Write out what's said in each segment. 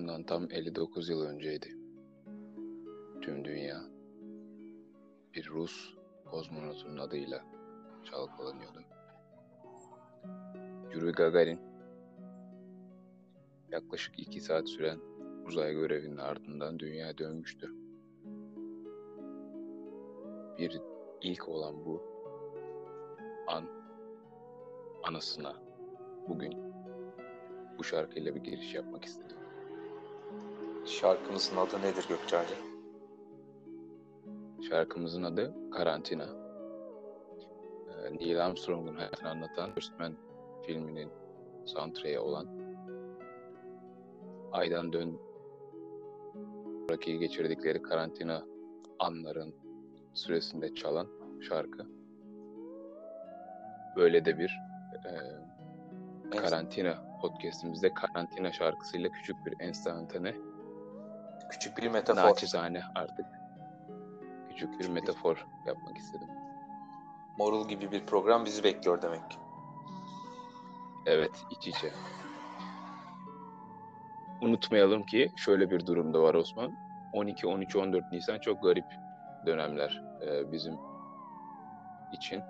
Bundan tam 59 yıl önceydi. Tüm dünya bir Rus kozmonotun adıyla çalkalanıyordu. Yuri Gagarin yaklaşık 2 saat süren uzay görevinin ardından dünyaya dönmüştü. Bir ilk olan bu anısına bugün bu şarkıyla bir giriş yapmak istedim. Şarkımızın adı nedir Gökçeali? Şarkımızın adı Karantina. Neil Armstrong'un hayatını anlatan First Man filminin soundtrack'i olan Ay'dan dön sonraki geçirdikleri karantina anların süresinde çalan şarkı. Böyle de bir karantina podcast'imizde karantina şarkısıyla küçük bir enstantane, Küçük bir metafor. naçizane artık küçük bir metafor yapmak istedim. Morul gibi bir program bizi bekliyor demek. Evet, iç içe. Unutmayalım ki şöyle bir durum da var Osman. 12, 13, 14 Nisan çok garip dönemler bizim için.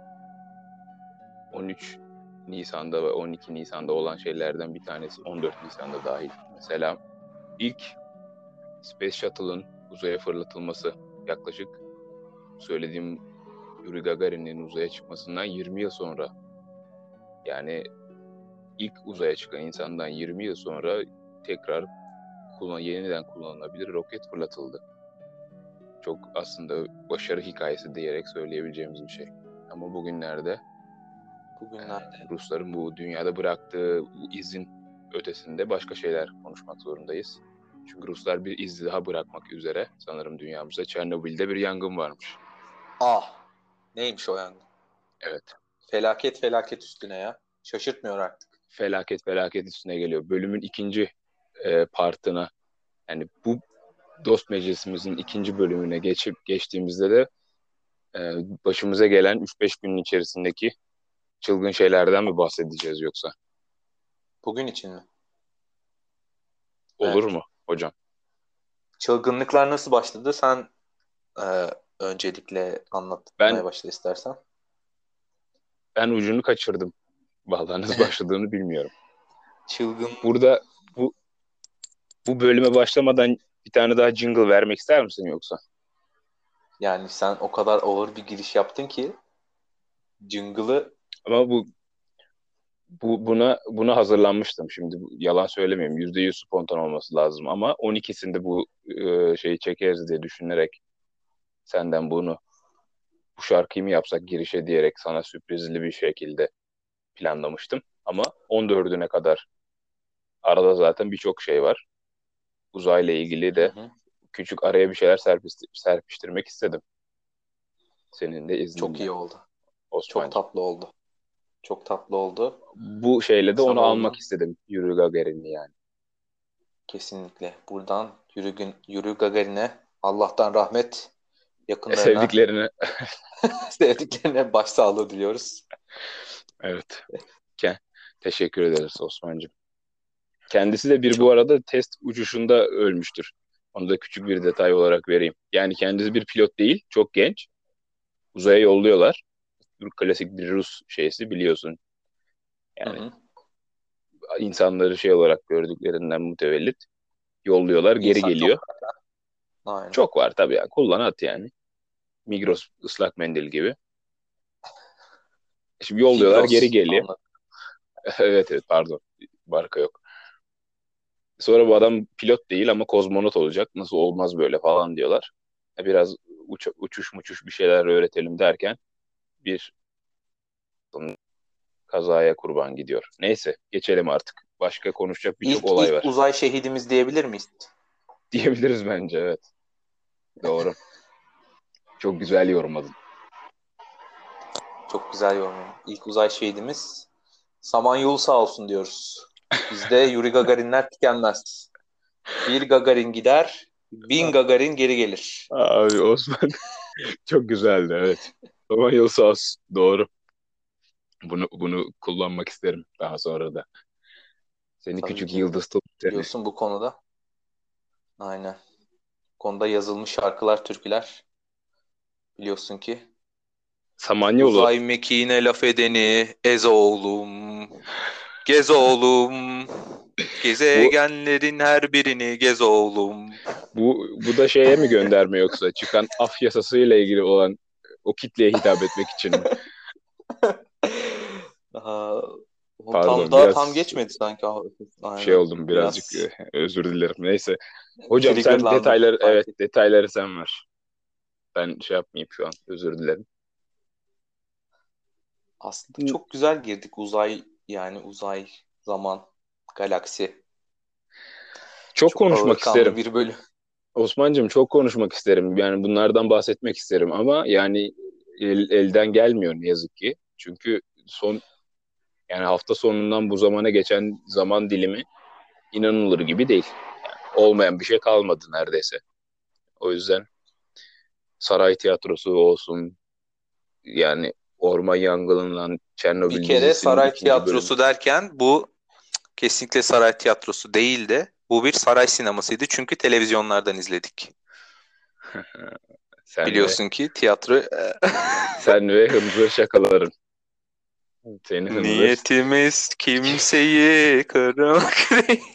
13 Nisan'da ve 12 Nisan'da olan şeylerden bir tanesi 14 Nisan'da dahil. Mesela ilk Space Shuttle'ın uzaya fırlatılması yaklaşık söylediğim Yuri Gagarin'in uzaya çıkmasından 20 yıl sonra, yani ilk uzaya çıkan insandan 20 yıl sonra tekrar yeniden kullanılabilir roket fırlatıldı. Çok aslında başarı hikayesi diyerek söyleyebileceğimiz bir şey. Ama bugünlerde Rusların bu dünyada bıraktığı bu izin ötesinde başka şeyler konuşmak zorundayız. Çünkü Ruslar bir iz daha bırakmak üzere sanırım dünyamızda. Çernobil'de bir yangın varmış. Neymiş o yangın? Evet. Felaket üstüne ya. Şaşırtmıyor artık. Felaket üstüne geliyor. Bölümün ikinci partına, yani bu Dost Meclisimizin ikinci bölümüne geçtiğimizde de başımıza gelen 3-5 günün içerisindeki çılgın şeylerden mi bahsedeceğiz yoksa? Bugün için mi? Olur mu hocam? Çılgınlıklar nasıl başladı? Sen öncelikle anlatmaya başla istersen. Ben ucunu kaçırdım. Vallahi nasıl başladığını bilmiyorum. Çılgın. Burada bu bölüme başlamadan bir tane daha jingle vermek ister misin yoksa? Yani sen o kadar ağır bir giriş yaptın ki jingle'ı. Ama buna hazırlanmıştım. Şimdi yalan söylemeyeyim. %100 spontan olması lazım ama 12'sinde bu şeyi çekeriz diye düşünerek senden bu şarkıyı mı yapsak girişe diyerek sana sürprizli bir şekilde planlamıştım. Ama 14'üne kadar arada zaten birçok şey var. Uzayla ilgili de küçük araya bir şeyler serpiştirmek istedim. Senin de izninle. Çok iyi oldu. Osman'cığım. Çok tatlı oldu. Bu şeyle de onu almak istedim. Yuri Gagarin'i yani. Kesinlikle. Buradan Yuri Gagarin'e Allah'tan rahmet, yakınlarına, sevdiklerine başsağlığı diliyoruz. Evet. Teşekkür ederiz Osman'cığım. Kendisi de bu arada test uçuşunda ölmüştür. Onu da küçük bir detay olarak vereyim. Yani kendisi bir pilot değil, çok genç. Uzaya yolluyorlar. Klasik bir Rus şeysi biliyorsun. Yani insanları şey olarak gördüklerinden mütevellit yolluyorlar, geri geliyor. Çok var. Aynen. Çok var tabii ya. Kullan at yani. Migros ıslak mendil gibi. Şimdi yolluyorlar, geri geliyor. Evet pardon. Marka yok. Sonra bu adam pilot değil ama kozmonot olacak. Nasıl olmaz böyle falan diyorlar. Biraz uçuş bir şeyler öğretelim derken bir kazaya kurban gidiyor. Neyse geçelim artık. Başka konuşacak birçok olay var. İlk uzay şehidimiz diyebilir miyiz? Diyebiliriz bence, evet. Doğru. Çok güzel yorumladın. Çok güzel yorumladın. İlk uzay şehidimiz Samanyolu sağ olsun diyoruz. Bizde Yuri Gagarinler tükenmez. Bir Gagarin gider, 1000 Gagarin geri gelir. Abi Osman çok güzeldi, evet. Samanyolu sağ olsun. Doğru. Bunu kullanmak isterim daha sonra da. Seni Tabii küçük ki. yıldız top seni. Biliyorsun bu konuda. Aynen. Konuda yazılmış şarkılar, türküler biliyorsun ki. Samanyolu. Uzay mekiğine laf edeni ez oğlum, gez oğlum, Bu gezegenlerin her birini gez oğlum. bu da şeye mi gönderme yoksa çıkan af yasasıyla ilgili olan o kitleye hitap etmek için mi? Aa, o Pardon tam biraz geçmedi sanki. şey Aynen. oldum birazcık Biraz özür dilerim. Neyse. Hocam sen triggerlandım detayları fark evet ettim. detayları sen ver. Ben şey yapmayayım şu an. Özür dilerim. Aslında çok güzel girdik uzay, zaman, galaksi. Çok Çok konuşmak ağırkanlı isterim. bir bölüm. Osman'cığım çok konuşmak isterim. Yani bunlardan bahsetmek isterim ama yani elden gelmiyor ne yazık ki. Çünkü yani hafta sonundan bu zamana geçen zaman dilimi inanılır gibi değil. Olmayan bir şey kalmadı neredeyse. O yüzden saray tiyatrosu olsun yani orman yangınından Bir Çernobil kere dizisinin saray ikinci bölümü. tiyatrosu derken bu kesinlikle saray tiyatrosu değildi. Bu bir saray sinemasıydı çünkü televizyonlardan izledik. Sen ve Biliyorsun ki tiyatro sen ve hınzır şakaların. Seni hınzır. niyetimiz kimseyi kırmak değil.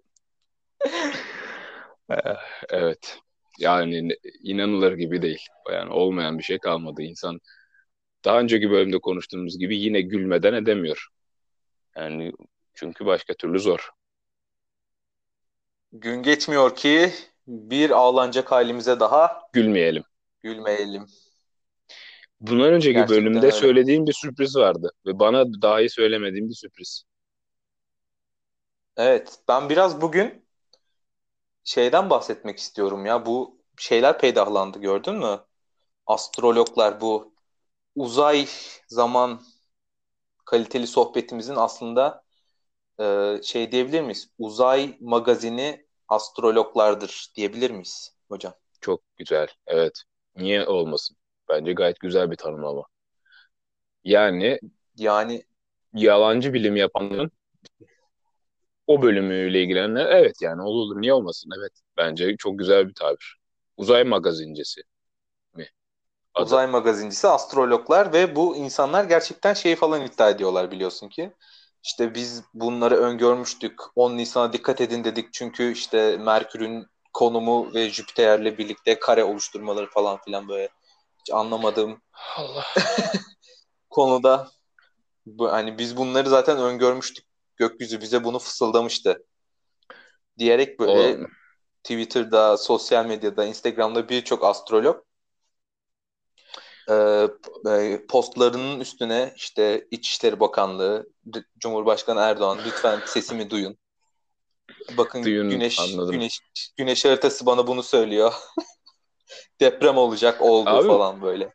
Eh, Evet. Yani inanılır gibi değil. Yani olmayan bir şey kalmadı. İnsan daha önceki bölümde konuştuğumuz gibi yine gülmeden edemiyor. Yani çünkü başka türlü zor. Gün geçmiyor ki bir ağlanacak halimize daha Gülmeyelim. gülmeyelim. Bundan önceki Gerçekten bölümde öyle. söylediğim bir sürpriz vardı ve bana dahi söylemediğim bir sürpriz. Evet, ben biraz bugün şeyden bahsetmek istiyorum ya. Bu şeyler peydahlandı gördün mü? Astrologlar bu uzay zaman kaliteli sohbetimizin aslında şey diyebilir miyiz? Uzay magazini astrologlardır diyebilir miyiz hocam? Çok güzel. Evet. Niye olmasın? Bence gayet güzel bir tanımlama. Yani Yani yalancı bilim yapanların o bölümüyle ilgilenenler evet yani olur niye olmasın? Evet. Bence çok güzel bir tabir. Uzay magazincisi mi adı? uzay magazincisi astrologlar ve bu insanlar gerçekten şeyi falan iddia ediyorlar biliyorsun ki. İşte biz bunları öngörmüştük. 10 Nisan'a dikkat edin dedik çünkü işte Merkür'ün konumu ve Jüpiter'le birlikte kare oluşturmaları falan filan böyle hiç anlamadığım Allah. konuda hani biz bunları zaten öngörmüştük. Gökyüzü bize bunu fısıldamıştı diyerek O, böyle Twitter'da, sosyal medyada, Instagram'da birçok astrolog e, postlarının üstüne işte İçişleri Bakanlığı, Cumhurbaşkanı Erdoğan lütfen sesimi duyun. Bakın duyun güneş anladım. güneş güneş haritası bana bunu söylüyor. Deprem olacak oldu Abi falan böyle.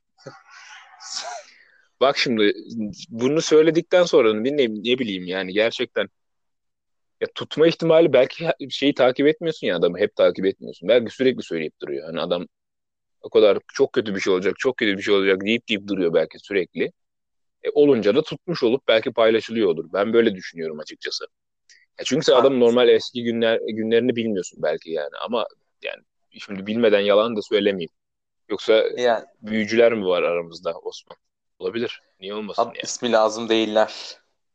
bak şimdi bunu söyledikten sonra ne bileyim yani gerçekten ya tutma ihtimali belki şeyi takip etmiyorsun ya adamı hep takip etmiyorsun. Belki sürekli söyleyip duruyor. Hani adam o kadar çok kötü bir şey olacak, çok kötü bir şey olacak deyip duruyor belki sürekli. Olunca da tutmuş olup belki paylaşılıyor olur. Ben böyle düşünüyorum açıkçası. Çünkü sen Ha, adamın normal eski günlerini bilmiyorsun belki yani ama yani şimdi bilmeden yalan da söylemeyeyim. Yoksa yani büyücüler mi var aramızda Osman? Olabilir. Niye olmasın abi, yani? ismi lazım değiller.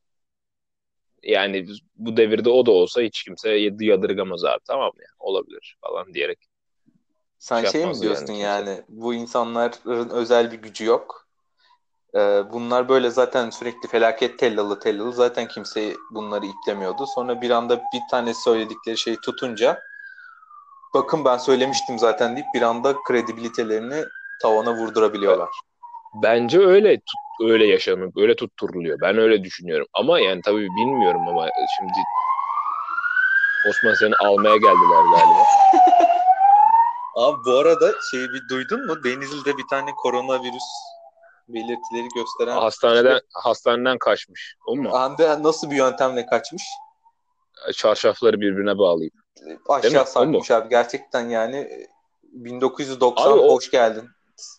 Yani bu devirde o da olsa hiç kimse yadırgamaz abi tamam mı? Yani olabilir falan diyerek Sen şey şey mi yapmaz yani diyorsun kimse. yani bu insanların özel bir gücü yok. Bunlar böyle zaten sürekli felaket tellalı tellalı zaten kimse bunları iplemiyordu. Sonra bir anda bir tane söyledikleri şeyi tutunca bakın ben söylemiştim zaten deyip bir anda kredibilitelerini tavana E, vurdurabiliyorlar. Bence öyle yaşanıp öyle tutturuluyor. Ben öyle düşünüyorum. Ama yani tabii bilmiyorum ama şimdi Osman seni almaya geldiler galiba. Abi bu arada şeyi bir duydun mu? Denizli'de bir tane koronavirüs belirtileri gösteren kişi Hastaneden kaçmış. O mu? Hande nasıl bir yöntemle kaçmış? Çarşafları birbirine bağlayıp. Değil mi? Aşağı O mu? sarkmış abi. Gerçekten yani Abi 1990 o hoş geldin.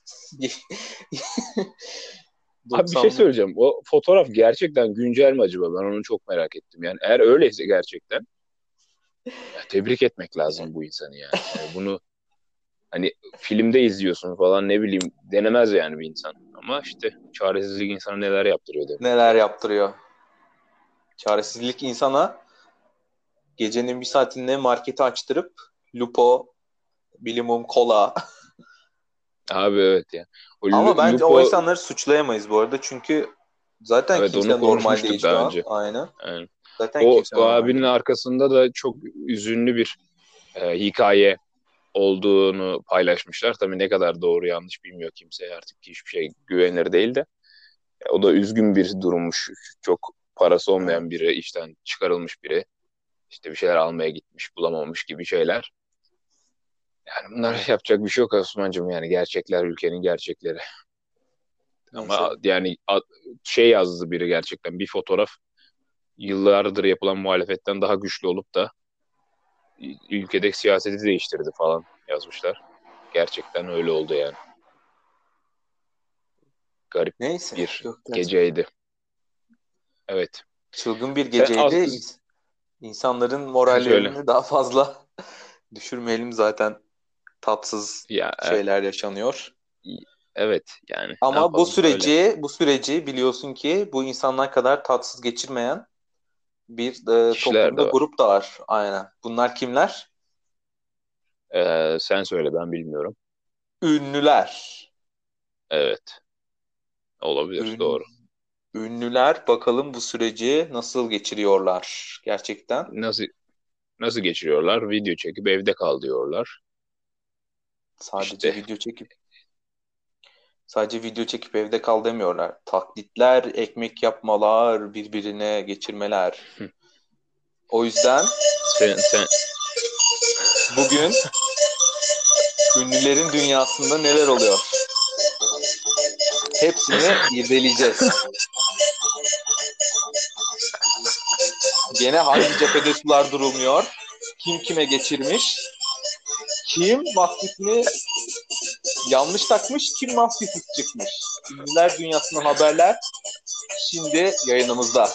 Abi bir şey 91. söyleyeceğim. O fotoğraf gerçekten güncel mi acaba? Ben onu çok merak ettim. Yani eğer öyleyse gerçekten Ya, tebrik etmek lazım bu insanı yani. Yani bunu hani filmde izliyorsun falan, ne bileyim, denemez yani bir insan. Ama işte çaresizlik insana neler yaptırıyor demek ki Neler yani. yaptırıyor. Çaresizlik insana gecenin bir saatinde marketi açtırıp Lupo, bilimum, kola. Abi evet ya. O Ama bence o Lupo, insanları suçlayamayız bu arada. Çünkü zaten evet, onu kimse normal konuşmuştuk değil şu daha an. önce. Aynen. Yani Zaten o kimse normal abinin değil. arkasında da çok üzünlü bir hikaye olduğunu paylaşmışlar. Tabii ne kadar doğru yanlış bilmiyor kimse, artık hiçbir şey güvenilir değil de. O da üzgün bir durummuş. Çok parası Evet. olmayan biri, işten çıkarılmış biri. İşte bir şeyler almaya gitmiş, bulamamış gibi şeyler. Yani bunlar Evet. yapacak bir şey yok Osman'cığım, yani gerçekler ülkenin gerçekleri. Neyse. Ama yani şey yazdı biri, gerçekten bir fotoğraf yıllardır yapılan muhalefetten daha güçlü olup da ülkedeki siyaseti değiştirdi falan yazmışlar. Gerçekten öyle oldu yani. Garip Neyse. bir Göktaş. geceydi. Evet. Çılgın bir Sen geceydi. İnsanların söyle. morallerini daha fazla düşürmeyelim, zaten tatsız Ya şeyler yaşanıyor. evet, yani ne Ama bu yapalım, öyle. süreci biliyorsun ki bu insanlar kadar tatsız geçirmeyen bir Kişiler de toplumda var. grup da var. Aynen. Bunlar kimler? Sen söyle, ben bilmiyorum. Ünlüler. Evet, olabilir, Ün, doğru. ünlüler bakalım bu süreci nasıl geçiriyorlar gerçekten. Nasıl nasıl geçiriyorlar? Video çekip evde kal diyorlar. Sadece İşte video çekip sadece video çekip evde kal demiyorlar. Taklitler, ekmek yapmalar, birbirine geçirmeler. O yüzden sen bugün ünlülerin dünyasında neler oluyor? Hepsini irdeleyeceğiz. Gene hangi cephede sular durulmuyor? Kim kime geçirmiş? Kim maskesini yanlış takmış? Kim maskesiz çıkmış? Ünlüler dünyasından haberler şimdi yayınımızda.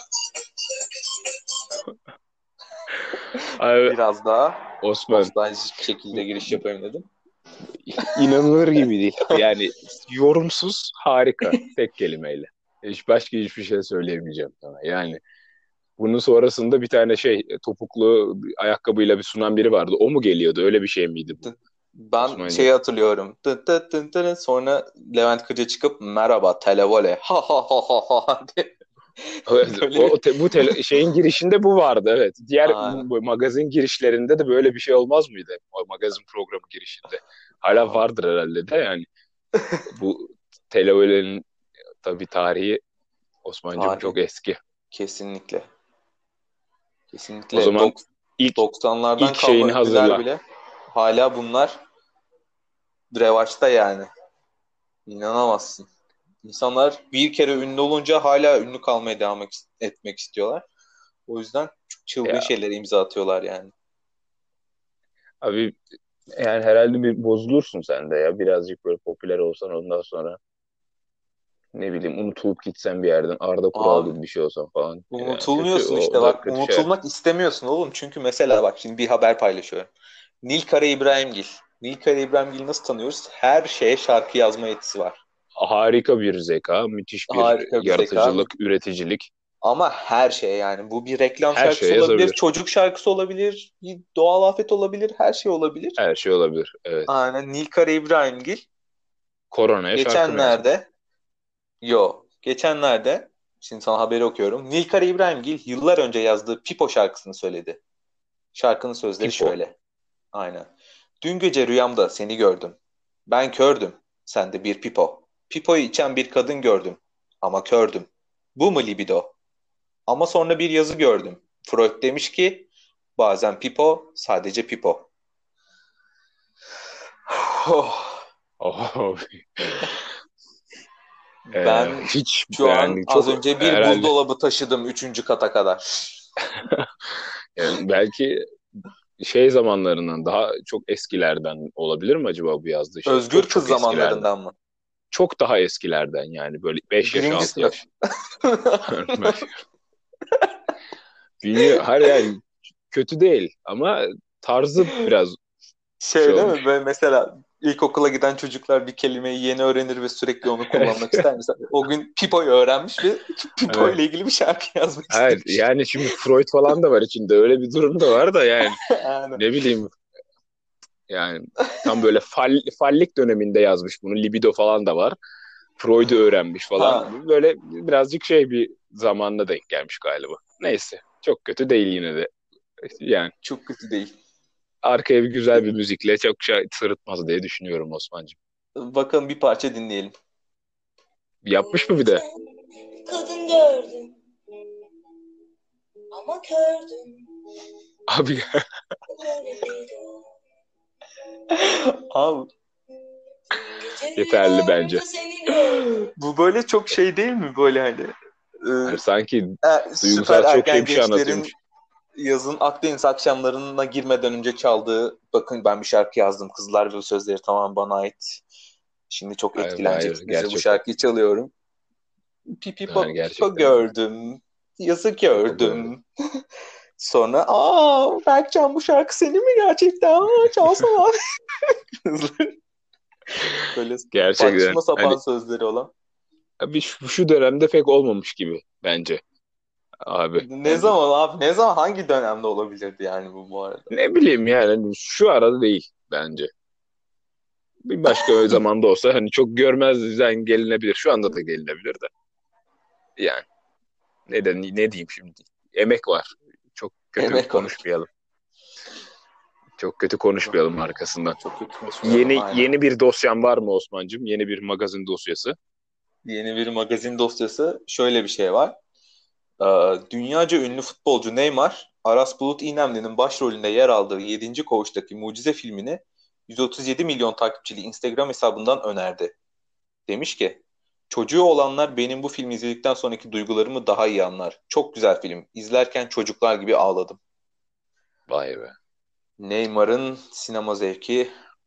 Abi, Biraz daha Osman, nostaljik bir şekilde giriş yapayım dedim. inanılır gibi değil. Yani yorumsuz harika, tek kelimeyle. Başka hiçbir şey söyleyemeyeceğim sana. Yani bunun sonrasında bir tane şey, topuklu ayakkabıyla bir sunan biri vardı. O mu geliyordu? Öyle bir şey miydi bu Ben Osman'cığım? şeyi hatırlıyorum. Tın tın tın tın. Sonra Levent Kırca çıkıp merhaba televole ha ha ha ha ha diye Evet, böyle bir şeyin girişinde bu vardı, evet. Diğer aynen. bu magazin girişlerinde de böyle bir şey olmaz mıydı? O magazin programı girişinde. Hala Aa, vardır herhalde de yani. Bu televizyonun tabii tarihi Osman'cığım tarih çok eski. kesinlikle. O Kesinlikle zaman ilk 90'lardan ilk kalma şeyini ünlüler hazırla. bile hala bunlar revaçta yani. İnanamazsın. İnsanlar bir kere ünlü olunca hala ünlü kalmaya devam etmek istiyorlar. O yüzden çok çılgın Ya şeylere imza atıyorlar yani. abi, yani herhalde bir bozulursun sen de ya. Birazcık böyle popüler olsan, ondan sonra ne bileyim unutulup gitsen bir yerden, Arda Kural Abi gibi bir şey olsan falan. Yani kötü, unutulmuyorsun işte, o da bak kötü şeyler. unutulmak istemiyorsun oğlum. Çünkü mesela bak şimdi bir haber paylaşıyorum. Nilkara İbrahimgil. Nilkara İbrahimgil'i nasıl tanıyoruz? Her şeye şarkı yazma yetisi var. Harika bir zeka, müthiş bir Harika bir zeka. yaratıcılık, üreticilik. Ama her şeye yani. Bu bir reklam Her şarkısı şey olabilir, yazabilir. çocuk şarkısı olabilir, bir doğal afet olabilir, her şey olabilir. Her şey olabilir. Evet. Aynen Nilkara İbrahimgil Koronaya şarkı mı yazmış? geçenlerde geçenlerde şimdi sana haberi okuyorum. Nilkara İbrahimgil yıllar önce yazdığı Pipo şarkısını söyledi. Şarkının sözleri Pipo. şöyle. Aynen. Dün gece rüyamda seni gördüm. Ben kördüm. Sen de bir pipo. Pipoyu içen bir kadın gördüm. Ama kördüm. Bu mu libido? Ama sonra bir yazı gördüm. Freud demiş ki bazen pipo sadece pipo. Oh, Oh, ben hiç şu an yani az çok önce bir herhalde, buzdolabı taşıdım üçüncü kata kadar. yani belki şey zamanlarından, daha çok eskilerden olabilir mi acaba bu yazdığı şey? Özgür Çok kız çok eskilerden. zamanlarından mı? Çok daha eskilerden, yani böyle 5 yaş, Birinci 6 sınıf. yaş. Bilmiyorum. Hayır yani, kötü değil ama tarzı biraz şey Değil mi? olmuş. Böyle mesela ilkokula giden çocuklar bir kelimeyi yeni öğrenir ve sürekli onu kullanmak ister. Mesela o gün Pipo'yu öğrenmiş ve Pipo Evet. ile ilgili bir şarkı yazmak Hayır, istemiş. yani şimdi Freud falan da var içinde. Öyle bir durum da var da yani Yani. ne bileyim yani tam böyle fallik döneminde yazmış bunu. Libido falan da var. Freud'u öğrenmiş falan. Ha, Böyle birazcık şey bir zamanla denk gelmiş galiba. Neyse. Çok kötü değil yine de. Yani çok kötü değil. arkaya bir güzel bir müzikle çok şey sırıtmaz diye düşünüyorum Osman'cığım. Bakalım bir parça dinleyelim. Yapmış mı bir de? Kadın gördüm ama kördüm. Abi Abi yeterli bence. bu böyle çok şey değil mi böyle hani Yani sanki süper duygusal çok şey ergen bir şey gençlerin anlatıyormuş. yazın Akdeniz akşamlarına girmeden önce çaldığı bakın ben bir şarkı yazdım kızlar ve bu sözleri tamamen bana ait. Şimdi çok Hayır, hayır etkileneceksiniz ve bu gerçekten. şarkıyı çalıyorum. Yani Pipo gerçekten. gördüm. Yazı Pipo gördüm. gördüm. Sonra Berkcan bu şarkı senin mi gerçekten? Çalsana. Böyle Gerçekten. saçma sapan Hani sözleri olan. abi şu dönemde pek olmamış gibi bence abi. Ne Yani zaman abi? Ne zaman hangi dönemde olabilirdi yani bu arada? ne bileyim yani hani şu arada değil bence. Bir başka zamanda olsa hani çok görmezden gelinebilir. Şu anda da gelinebilir de. Yani ne diyeyim şimdi? Emek var. Çok kötü Emek var. konuşmayalım. Çok kötü konuşmayalım arkasından. Çok kötü konuşmayalım aynen. Yeni bir dosyan var mı Osman'cığım? Yeni bir magazin dosyası. Yeni bir magazin dosyası şöyle bir şey var. Dünyaca ünlü futbolcu Neymar, Aras Bulut İynemli'nin başrolünde yer aldığı 7. Koğuş'taki Mucize filmini 137 milyon takipçili Instagram hesabından önerdi. Demiş ki, çocuğu olanlar benim bu filmi izledikten sonraki duygularımı daha iyi anlar. Çok güzel film. İzlerken çocuklar gibi ağladım. Vay be. Neymar'ın sinema zevki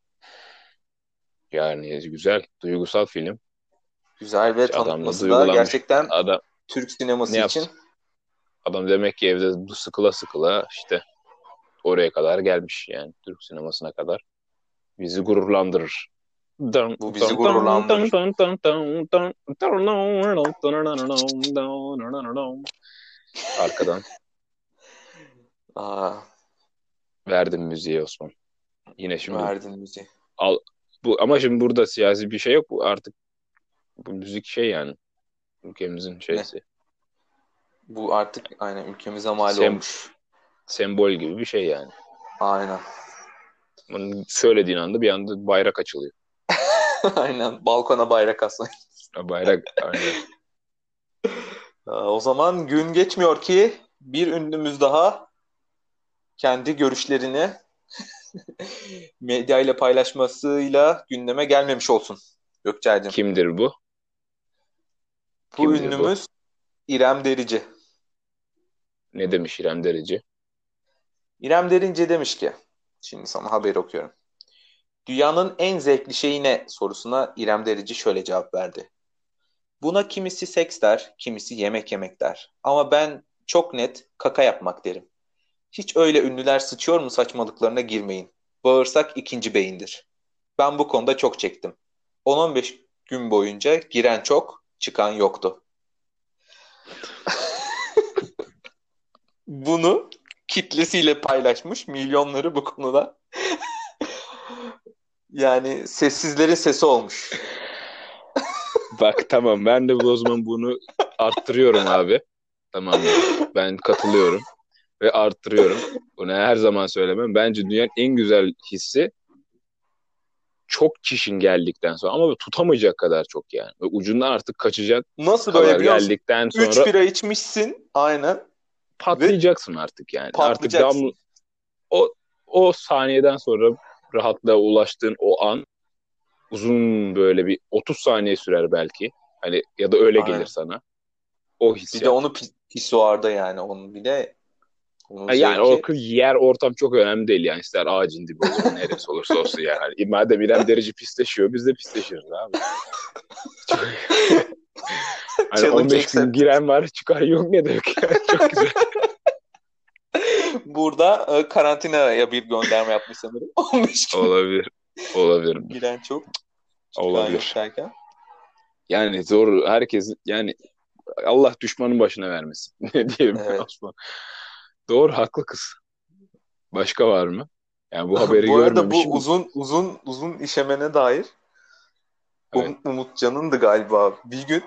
Yani güzel. Duygusal film. güzel ve Adam da tanıtması da duygulanmış. gerçekten Adam Türk ne sineması için yapsın? Adam demek ki evde sıkıla sıkıla işte oraya kadar gelmiş yani Türk sinemasına kadar. Bizi gururlandırır. bu bizi gururlandırır. Arkadan Aa, verdim müziği Osman. Yine şimdi verdin müziği. al bu ama şimdi burada siyasi bir şey yok. Bu artık bu müzik şey yani ülkemizin Ne? şeysi. Bu artık aynen ülkemize mal Sem olmuş. sembol gibi bir şey yani. Aynen. Bunu söylediğin anda bir anda bayrak açılıyor. Aynen. Balkona bayrak asmayın. Bayrak aynen. O zaman gün geçmiyor ki bir ünlümüz daha kendi görüşlerini medyayla paylaşmasıyla gündeme gelmemiş olsun Gökçe'cim. Kimdir bu? Bu Kimdir bu? ünlümüz İrem Derici. Ne demiş İrem Derici? İrem Derici demiş ki, şimdi sana haberi okuyorum. Dünyanın en zevkli şeyi ne sorusuna İrem Derici şöyle cevap verdi. Buna kimisi seks der, kimisi yemek yemek der. Ama ben çok net kaka yapmak derim. Hiç öyle ünlüler sıçıyor mu saçmalıklarına girmeyin. Bağırsak ikinci beyindir. Ben bu konuda çok çektim. 10-15 gün boyunca giren çok, çıkan yoktu. Bunu kitlesiyle paylaşmış, milyonları bu konuda. Yani sessizlerin sesi olmuş. Bak tamam ben de o zaman bunu arttırıyorum abi. Tamam mı? Ben katılıyorum ve arttırıyorum. Bunu her zaman söylemem. Bence dünyanın en güzel hissi çok çişin geldikten sonra ama tutamayacak kadar çok yani. Ve ucundan artık kaçacak Nasıl böyle kadar biliyor musun? geldikten 3 sonra bira içmişsin aynen ve patlayacaksın artık yani. Artık patlayacaksın. o o saniyeden sonra rahatlığa ulaştığın o an uzun böyle bir 30 saniye sürer belki. Hani ya da öyle gelir Aynen. sana. O Bir de hissiyat. onu pisuarda yani onun bir de onun Yani o zevki. yer ortam çok önemli değil yani. İster ağacın dibi olur, neresi olursa olsun yani. Madem İrem Derici pisleşiyor, biz de pisleşiriz abi. Hani Challenge 15 gün accepted. giren var, çıkan yok ne de yok. Yani. Çok güzel. Burada karantinaya bir gönderme yapmış sanırım. 15 gün Olabilir. Olabilir. giren çok, çıkan yok Olabilir. derken. Yani zor, herkes yani Allah düşmanın başına vermesin. Ne diyeyim Evet. Osman? Doğru, haklı kız. Başka var mı? Yani bu haberi Bu arada bu görmemişim. uzun işemene dair Evet. Umutcan'ındı galiba. Bir gün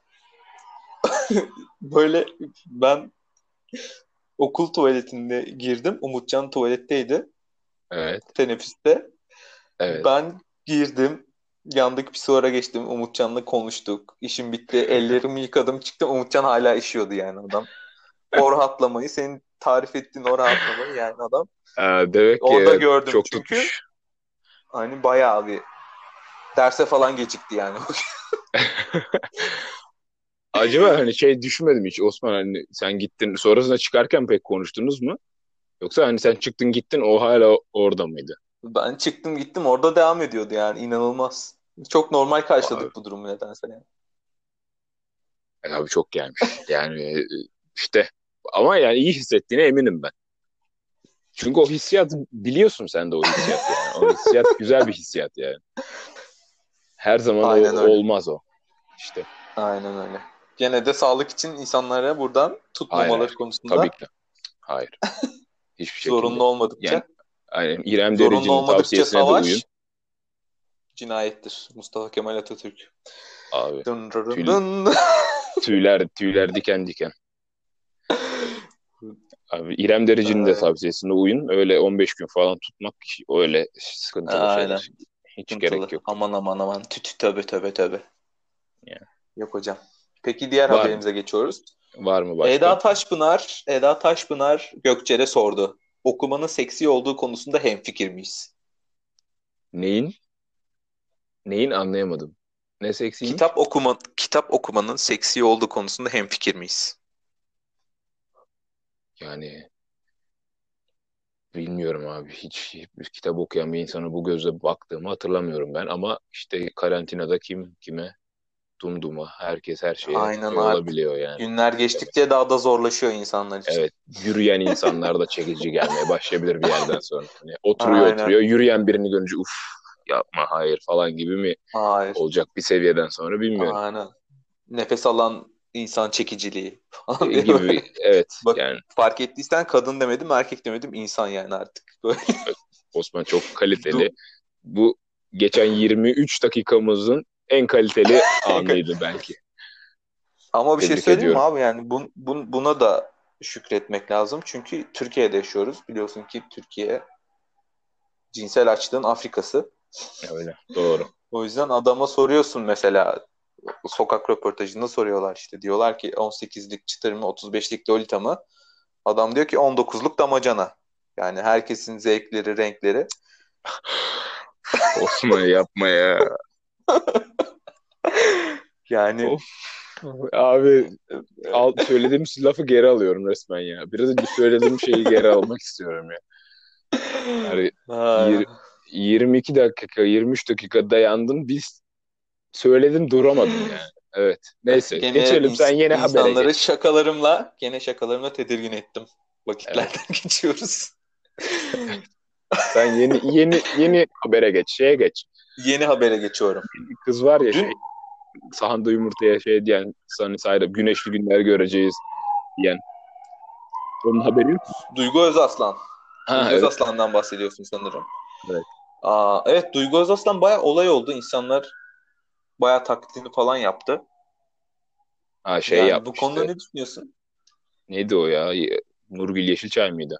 böyle ben okul tuvaletinde girdim. Umutcan tuvaletteydi Evet. teneffüste. Evet. Ben girdim. Yandaki pisuvara geçtim. Umutcan'la konuştuk. İşim bitti. Ellerimi yıkadım. Çıktım. Umutcan hala işiyordu yani adam. O rahatlamayı, senin tarif ettiğin o rahatlamayı yani adam. Demek Orada ki gördüm çok çünkü tutmuş. hani bayağı bir derse falan gecikti yani. Acaba hani şey düşünmedim hiç Osman, hani sen gittin sonrasında çıkarken pek konuştunuz mu? Yoksa hani sen çıktın gittin o hala orada mıydı? Ben çıktım gittim, orada devam ediyordu yani, inanılmaz. Çok normal Abi, karşıladık bu durumu nedense yani. abi çok gelmiş. Yani işte ama yani iyi hissettiğine eminim ben. Çünkü o hissiyat biliyorsun sen de o hissiyat yani. O hissiyat güzel bir hissiyat yani. Her zaman o Aynen öyle. olmaz o. İşte Aynen öyle. Gene de sağlık için insanlara buradan hayır tutmamaları hayır. Tabii konusunda ki de. Hayır. Hiçbir şekilde. zorunlu Yani olmadıkça İrem zorunlu Derici'nin olmadıkça tavsiyesine de uyun. savaş cinayettir. Mustafa Kemal Atatürk. Abi Dın dın tüy, dın. tüyler diken diken. Abi İrem Derici'nin de Ay, tavsiyesine uyun. Öyle 15 gün falan tutmak öyle sıkıntılı aynen. şeyler. Hiç gerek Sıkıntılı. yok. Aman aman aman. Tütü, tabii tabii tabii. Yani. Yok hocam. Peki diğer Var mı? haberimize geçiyoruz. Var mı başka? Eda Taşpınar Gökçer'e sordu. Okumanın seksi olduğu konusunda hemfikir miyiz? Neyin? Neyin anlayamadım. Ne seksiymiş? Kitap okumanın seksi olduğu konusunda hemfikir miyiz? Yani bilmiyorum abi. Hiçbir kitap okuyan bir insana bu gözle baktığımı hatırlamıyorum ben. Ama işte karantinada kim kime dumduma herkes her şeye Aynen, şey artık olabiliyor yani. günler geçtikçe daha da zorlaşıyor insanlar için. Evet, yürüyen insanlar da çekici gelmeye başlayabilir bir yerden sonra. Hani oturuyor Aynen. oturuyor, yürüyen birini görünce uf yapma hayır falan gibi mi Hayır. olacak bir seviyeden sonra bilmiyorum. Aynen. Nefes alan insan çekiciliği falan diye böyle. Gibi evet Bak, yani fark ettiysen kadın demedim, erkek demedim, insan yani artık. Böyle. Osman çok kaliteli. Du- Bu geçen 23 dakikamızın en kaliteli anıydı belki. Ama bir şey Tebrik söyleyeyim mi ediyorum. abi, yani buna da şükretmek lazım. Çünkü Türkiye'de yaşıyoruz. Biliyorsun ki Türkiye cinsel açlığın Afrikası. Öyle doğru. O yüzden adama soruyorsun mesela, sokak röportajında soruyorlar işte. Diyorlar ki 18'lik çıtır mı, 35'lik lolita mı? Adam diyor ki 19'luk damacana. Yani herkesin zevkleri, renkleri. Osman yapma ya. Yani Of abi söylediğim lafı geri alıyorum resmen ya. Biraz önce söylediğim şeyi geri almak istiyorum ya. Yani yir- ha, 22 dakika, 23 dakika dayandım. Biz söyledim duramadın yani. Evet. Neyse. gene Geçelim. Sen yeni habere insanları geç. şakalarımla tedirgin ettim. Evet. Vakitlerden geçiyoruz. Sen yeni habere geç. Şeye geç. Yeni habere geçiyorum. Bir kız var ya Dün şey sahanda yumurtaya şey diyen sana sayda güneşli günler göreceğiz diyen. Onun haberi yok mu? Duygu Özaslan. Ha Duygu evet. Özaslan'dan bahsediyorsun sanırım. Evet. Evet, Duygu Özaslan bayağı olay oldu. İnsanlar bayağı taklidini falan yaptı. Ha şey Yani bu konuda yapmıştı. ne düşünüyorsun? Neydi o ya? Nurgül Yeşilçay mıydı?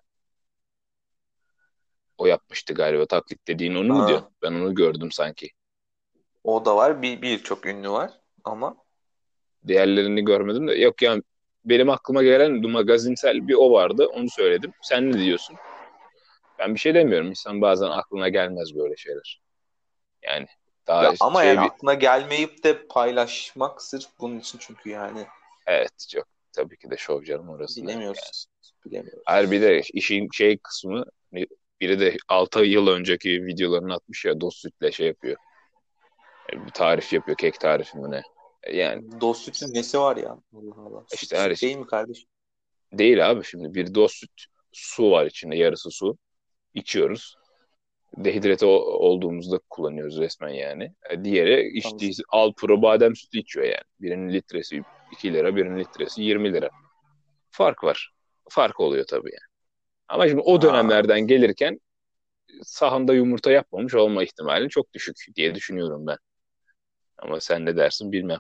O yapmıştı galiba. Taklit dediğin onu mu diyorsun? Ha, Ben onu gördüm sanki. o da var. Birçok ünlü var. Ama Diğerlerini görmedim de. Yok yani benim aklıma gelen magazinsel bir o vardı. Onu söyledim. Sen ne diyorsun? Ben bir şey demiyorum. İnsan bazen aklına gelmez böyle şeyler. Yani daha ya ama yani şey bir aklına gelmeyip de paylaşmak sırf bunun için, çünkü yani evet çok tabii ki de şov canım orası da. Yani. bilemiyoruz. Her bir Bilemiyoruz. de işin şey kısmı hani biri de 6 yıl önceki videolarını atmış ya dost sütle şey yapıyor. Bir tarif yapıyor. Kek tarifi mi ne? Yani Dost sütün nesi var ya? Allah Allah. işte Süt her süt şey değil mi kardeşim? değil abi şimdi bir dost süt su var içinde, yarısı su. İçiyoruz. Dehidrate olduğumuzda kullanıyoruz resmen yani. Diğeri içtiği Alpro badem sütü içiyor yani. Birinin litresi 2 lira, birinin litresi 20 lira. Fark var. Fark oluyor tabii yani. Ama şimdi o Ha, dönemlerden gelirken sahanda yumurta yapmamış olma ihtimali çok düşük diye düşünüyorum ben. Ama sen ne dersin bilmem.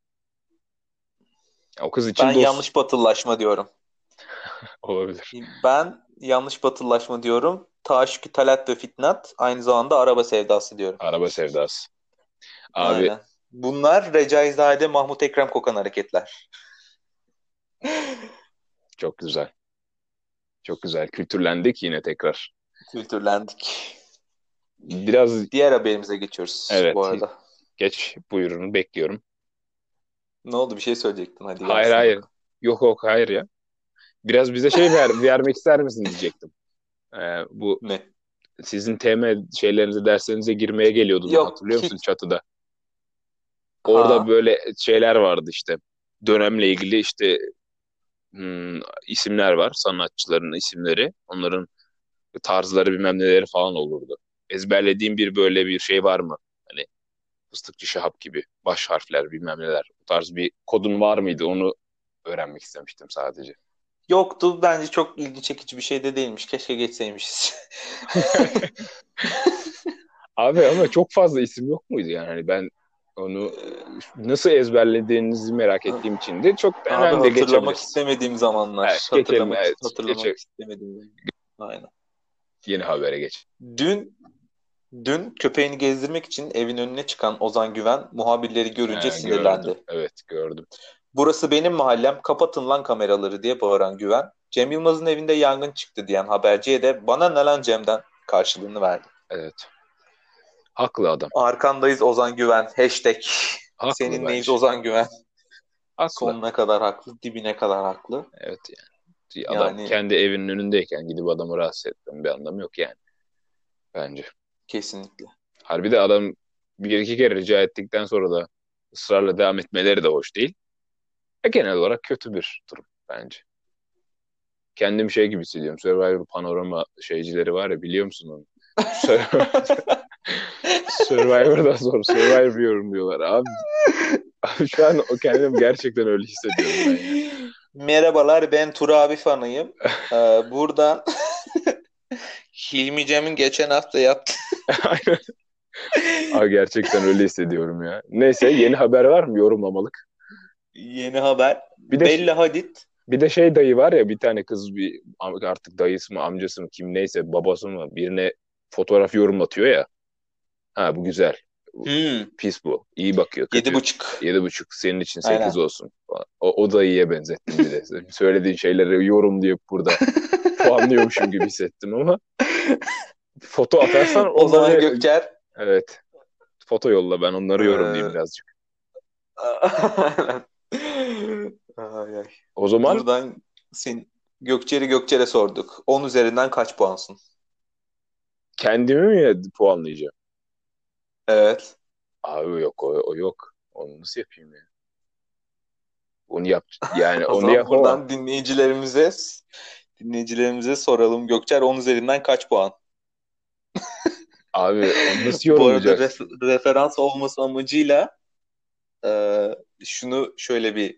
O kız ben için dost yanlış batılılaşma diyorum. olabilir. Ben yanlış batılılaşma diyorum. Taşkü, Talat ve Fitnat aynı zamanda araba sevdası diyorum. Araba sevdası. Abi Aynen. Bunlar Recaizade, Mahmut Ekrem kokan hareketler. çok güzel. Çok güzel. Kültürlendik yine tekrar. Kültürlendik. Biraz Diğer haberimize geçiyoruz bu evet, arada. geç buyurun bekliyorum. Ne oldu, bir şey söyleyecektin, hadi Hayır gelsin hayır. bakalım. Yok yok hayır ya. Biraz bize vermek ister misin diyecektim. Bu Ne? sizin TM şeylerinize derslerinize girmeye geliyordun Yok hatırlıyor musun hiç. çatıda? Orada Ha. böyle şeyler vardı işte. Dönemle ilgili işte isimler var. Sanatçıların isimleri. Onların tarzları bilmem neleri falan olurdu. Ezberlediğin bir böyle bir şey var mı? Hani Fıstıkçı Şahap gibi baş harfler bilmem neler. Bu tarz bir kodun var mıydı? Onu öğrenmek istemiştim sadece. Yoktu. Bence çok ilgi çekici bir şey de değilmiş. Keşke geçseymişiz. Abi ama çok fazla isim yok muydu yani? Hani ben onu nasıl ezberlediğinizi merak ettiğim için de çok da Abi önemli de hatırlamak geçebiliriz. istemediğim Evet, zamanlar. geçelim. Evet, Hatırlamak istemediğim zamanlar. Aynen. yeni habere geç. Dün Dün köpeğini gezdirmek için evin önüne çıkan Ozan Güven muhabirleri görünce Gördüm. sinirlendi. Evet, gördüm. "Burası benim mahallem, kapatın lan kameraları" diye bağıran Güven, Cem Yılmaz'ın evinde yangın çıktı diyen haberciye de "bana ne lan Cem'den" karşılığını verdi. Evet. Haklı adam. Arkandayız Ozan Güven. Hashtag. Haklı Seninleyiz bence. Ozan Güven. Haklı. Sonuna kadar haklı, dibine kadar haklı. Evet yani. Adam Yani kendi evinin önündeyken gidip adamı rahatsız etmenin bir anlamı yok yani. Bence. kesinlikle. Harbi de adam bir iki kere rica ettikten sonra da ısrarla devam etmeleri de hoş değil. Genel olarak kötü bir durum bence. Kendim şey gibi hissediyorum. Survivor panorama şeycileri var ya biliyor musun onu? Survivor'dan sonra Survivor yorumluyorlar. Abi şu an kendim gerçekten öyle hissediyorum ben ya. Merhabalar, ben Tur abi fanıyım. Buradan Hilmi Cem'in geçen hafta yaptığı Aynen. Abi gerçekten öyle hissediyorum ya. Neyse yeni haber var mı yorumlamalık? yeni haber. Bir de Bella Hadid. bir de şey dayı var ya bir tane kız bir artık dayısı mı amcası mı kim neyse babası mı birine fotoğraf yorumlatıyor ya. Ha bu güzel. Pis bu. İyi bakıyor. Kötü. 7,5. 7,5 senin için 8 Aynen. olsun. O dayıya benzettim bir de. Söylediğin şeyleri yorumlayıp burada puanlıyormuşum gibi hissettim ama foto atarsan O zaman onları Gökçer evet foto yolla ben onları yorumlayayım eee, birazcık. ay, ay. O zaman Buradan Gökçer'e sorduk. 10 üzerinden kaç puansın? kendimi mi puanlayacağım? Evet. Abi yok o yok. Onu nasıl yapayım ya? Onu yap yani O onu zaman yapamam. buradan dinleyicilerimize soralım. Gökçer 10 üzerinden kaç puan? Abi onu nasıl Bu arada yorumlayacaksın? referans olması amacıyla şunu şöyle bir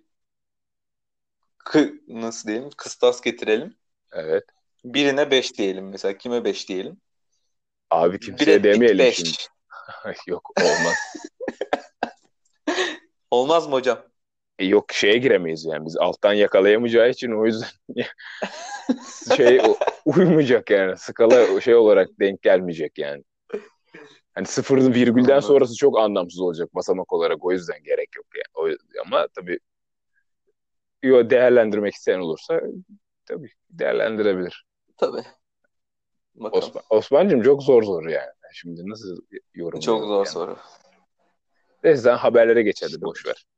nasıl diyelim? Kıstas getirelim. Evet. Birine 5 diyelim mesela. Kime 5 diyelim? Abi kimseye Brad Pitt demeyelim şimdi. 5. Yok olmaz. Olmaz mı hocam? Yok şeye giremeyiz yani biz alttan yakalayamayacağı için o yüzden şey uymayacak yani skala şey olarak denk gelmeyecek yani. Hani sıfır virgülden Anladım. sonrası çok anlamsız olacak basamak olarak o yüzden gerek yok yani. Ama tabii değerlendirmek isteyen olursa tabii değerlendirebilir. Tabii. Bakalım. Osman'cığım çok zor yani. Şimdi nasıl Çok yorumlayalım zor yani. soru. Neyse haberlere geçelim boş ver.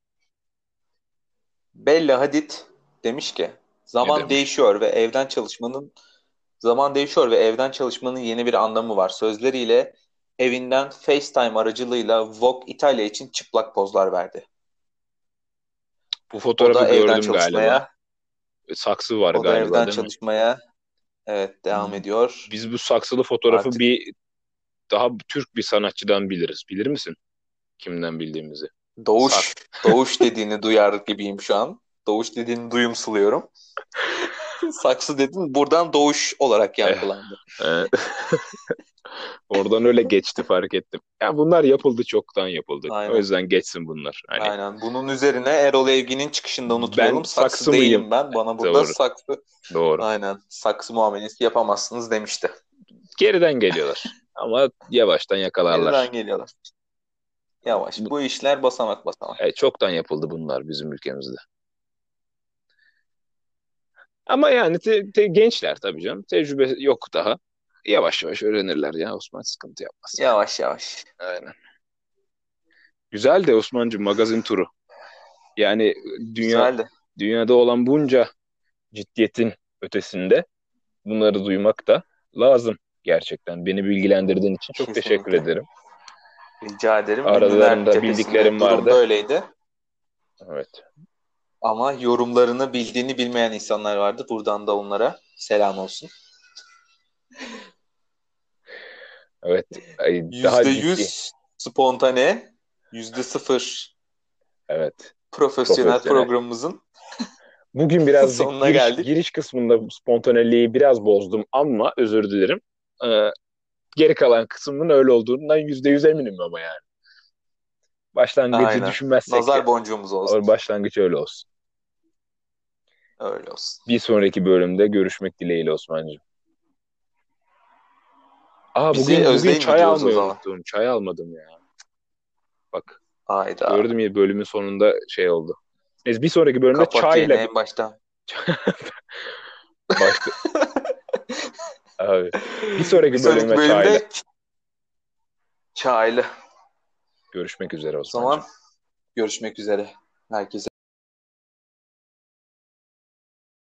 Bella Hadid demiş ki Ne zaman demiş? değişiyor ve evden çalışmanın yeni bir anlamı var. Sözleriyle evinden FaceTime aracılığıyla Vogue İtalya için çıplak pozlar verdi. Bu O fotoğrafı da evden gördüm galiba. çalışmaya Saksı var O da galiba evden değil mi? çalışmaya Evet, devam ediyor. Biz bu saksılı fotoğrafı Artık bir daha Türk bir sanatçıdan biliriz. Bilir misin? Kimden bildiğimizi? Doğuş. Doğuş dediğini duyar gibiyim şu an. Doğuş dediğini duyumsuluyorum. Saksı dedin, buradan doğuş olarak Eh, yankılandı. eh, Oradan öyle geçti fark ettim. Ya bunlar yapıldı, çoktan yapıldı. O Aynen. yüzden geçsin bunlar. Hani Aynen. Bunun üzerine Erol Evgin'in çıkışında ben unutmayalım. Saksı saksı mıyım? değilim ben. Bana burada Doğru, saksı. doğru. Aynen. Saksı muamelesi yapamazsınız demişti. Geriden geliyorlar. Ama yavaştan yakalarlar. Geriden geliyorlar. Yavaş. Bu işler basamak basamak. Çoktan yapıldı bunlar bizim ülkemizde. Ama yani gençler tabii canım. Tecrübe yok daha. Yavaş yavaş öğrenirler ya. Osman sıkıntı yapmaz. Yavaş yavaş. Aynen. Güzel de Osman'cığım magazin turu. Yani Güzeldi. dünyada olan bunca ciddiyetin ötesinde bunları duymak da lazım gerçekten. Beni bilgilendirdiğin için çok teşekkür Kesinlikle. ederim. Rica ederim. Aralarında Ünlüler bildiklerim cephesinde durum vardı. böyleydi. Evet. Ama yorumlarını bildiğini bilmeyen insanlar vardı. Buradan da onlara selam olsun. Evet. Daha ciddi. %100 spontane, %0 Evet. profesyonel Profesyonel. programımızın Bugün birazcık sonuna geldik. giriş kısmında spontaneliği biraz bozdum ama özür dilerim. Geri kalan kısmının öyle olduğundan %100 eminim ama yani. Başlangıcı Aynen. düşünmezsek Nazar boncuğumuz olsun. başlangıç öyle olsun. Öyle olsun. Bir sonraki bölümde görüşmek dileğiyle Osman'cığım. Bizi bugün özleyin çay diyoruz o almayı zaman. unuttum. Çay almadım ya. Bak Hayda. gördüm ya, bölümün sonunda şey oldu. Neyse, bir sonraki bölümde Kapat yayını çayla en baştan. başka abi. Bir sonraki Bir sonraki bölümde çayla. bölümde çaylı. Görüşmek üzere O zaman Osman'cığım. görüşmek üzere. Herkese